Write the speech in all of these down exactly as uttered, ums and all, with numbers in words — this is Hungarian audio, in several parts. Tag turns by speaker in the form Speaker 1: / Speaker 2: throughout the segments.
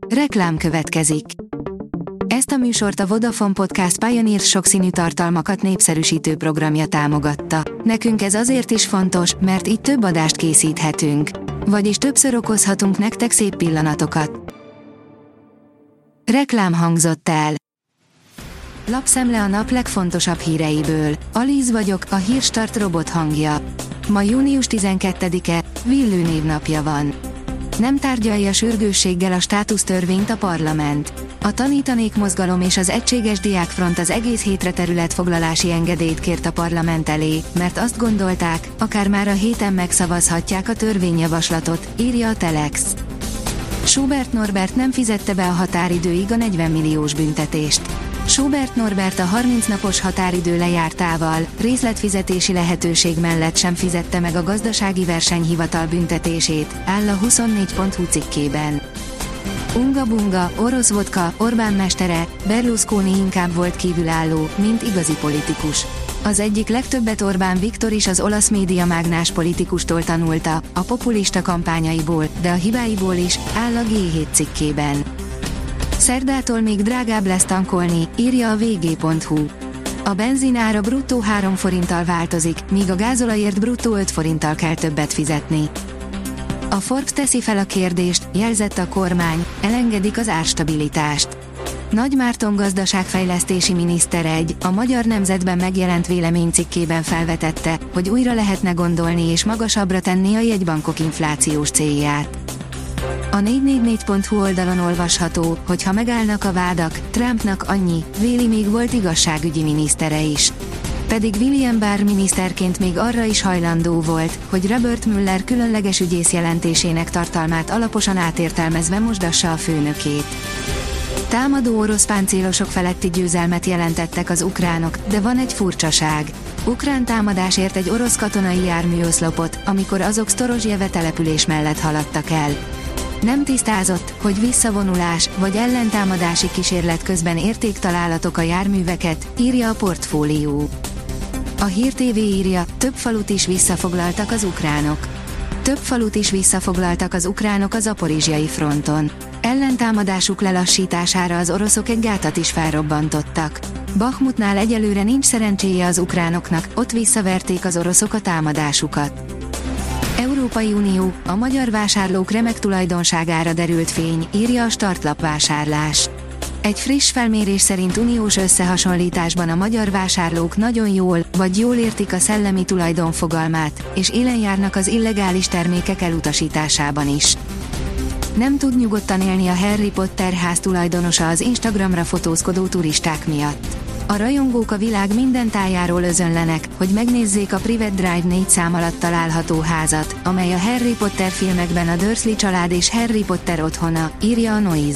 Speaker 1: Reklám következik. Ezt a műsort a Vodafone Podcast Pioneer sokszínű tartalmakat népszerűsítő programja támogatta. Nekünk ez azért is fontos, mert így több adást készíthetünk. Vagyis többször okozhatunk nektek szép pillanatokat. Reklám hangzott el. Lapszemle a nap legfontosabb híreiből. Alíz vagyok, a Hírstart robot hangja. Ma június tizenkettedike, Villő névnapja van. Nem tárgyalja sürgősséggel a státusztörvényt a parlament. A Tanítanék mozgalom és az Egységes Diákfront az egész hétre területfoglalási engedélyt kért a parlament elé, mert azt gondolták, akár már a héten megszavazhatják a törvényjavaslatot, írja a Telex. Schubert Norbert nem fizette be a határidőig a negyven milliós büntetést. Schubert Norbert a harminc napos határidő lejártával, részletfizetési lehetőség mellett sem fizette meg a gazdasági versenyhivatal büntetését, áll a huszonnégy pont hu cikkében. Unga bunga, orosz vodka, Orbán mestere, Berlusconi inkább volt kívülálló, mint igazi politikus. Az egyik legtöbbet Orbán Viktor is az olasz médiamágnás politikustól tanulta, a populista kampányaiból, de a hibáiból is, áll a gé hét cikkében. Szerdától még drágább lesz tankolni, írja a vé gé pont hu. A benzin ára bruttó három forinttal változik, míg a gázolajért bruttó öt forinttal kell többet fizetni. A Forbes teszi fel a kérdést, jelzett a kormány, elengedik az árstabilitást. Nagy Márton gazdaságfejlesztési miniszter egy, a Magyar Nemzetben megjelent véleménycikkében felvetette, hogy újra lehetne gondolni és magasabbra tenni a jegybankok inflációs célját. A négy négy négy pont hu oldalon olvasható, hogy ha megállnak a vádak, Trumpnak annyi, véli még volt igazságügyi minisztere is. Pedig William Barr miniszterként még arra is hajlandó volt, hogy Robert Mueller különleges ügyész jelentésének tartalmát alaposan átértelmezve mosdassa a főnökét. Támadó orosz páncélosok feletti győzelmet jelentettek az ukránok, de van egy furcsaság. Ukrán támadásért egy orosz katonai jármű oszlopot, amikor azok Sztorozsjeve település mellett haladtak el. Nem tisztázott, hogy visszavonulás vagy ellentámadási kísérlet közben értéktalálatok a járműveket, írja a Portfólió. A Hír té vé írja, több falut is visszafoglaltak az ukránok. Több falut is visszafoglaltak az ukránok a zaporizsjai fronton. Ellentámadásuk lelassítására az oroszok egy gátat is felrobbantottak. Bakhmutnál egyelőre nincs szerencséje az ukránoknak, ott visszaverték az oroszok a támadásukat. Európai Unió, a magyar vásárlók remek tulajdonságára derült fény, írja a Startlap vásárlás. Egy friss felmérés szerint uniós összehasonlításban a magyar vásárlók nagyon jól, vagy jól értik a szellemi tulajdon fogalmát, és élen járnak az illegális termékek elutasításában is. Nem tud nyugodtan élni a Harry Potter ház tulajdonosa az Instagramra fotózkodó turisták miatt. A rajongók a világ minden tájáról özönlenek, hogy megnézzék a Private Drive négy szám alatt található házat, amely a Harry Potter filmekben a Dursley család és Harry Potter otthona, írja a Noise.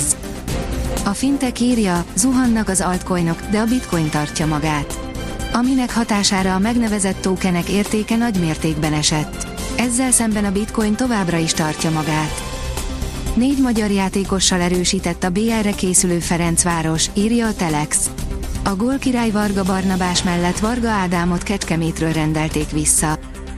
Speaker 1: A Fintech írja, zuhannak az altcoinok, de a bitcoin tartja magát. Aminek hatására a megnevezett tokenek értéke nagy mértékben esett. Ezzel szemben a bitcoin továbbra is tartja magát. Négy magyar játékossal erősített a bé er-re készülő Ferencváros, írja a Telex. A gólkirály Varga Barnabás mellett Varga Ádámot Kecskemétről rendelték vissza.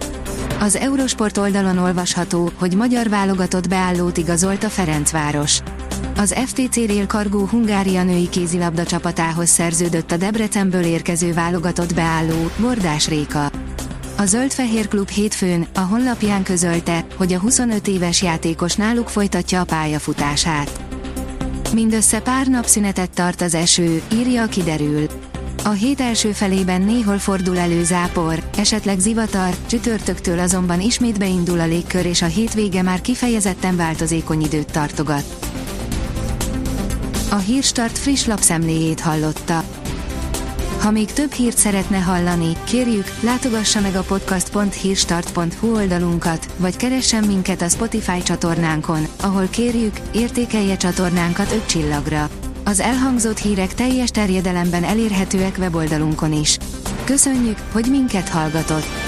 Speaker 1: Az Eurosport oldalon olvasható, hogy magyar válogatott beállót igazolt a Ferencváros. Az ef té cé Rail Cargo Hungária női kézilabda csapatához szerződött a Debrecenből érkező válogatott beálló, Bordás Réka. A Zöld-Fehér Klub hétfőn a honlapján közölte, hogy a huszonöt éves játékos náluk folytatja a pályafutását. Mindössze pár napszünetet tart az eső, írja a Kiderül. A hét első felében néhol fordul elő zápor, esetleg zivatar, csütörtöktől azonban ismét beindul a légkör és a hétvége már kifejezetten változékony időt tartogat. A Hírstart friss lapszemléjét hallotta. Ha még több hírt szeretne hallani, kérjük, látogassa meg a podcast pont hírstart pont hu oldalunkat, vagy keressen minket a Spotify csatornánkon, ahol kérjük, értékelje csatornánkat öt csillagra. Az elhangzott hírek teljes terjedelemben elérhetőek weboldalunkon is. Köszönjük, hogy minket hallgatott!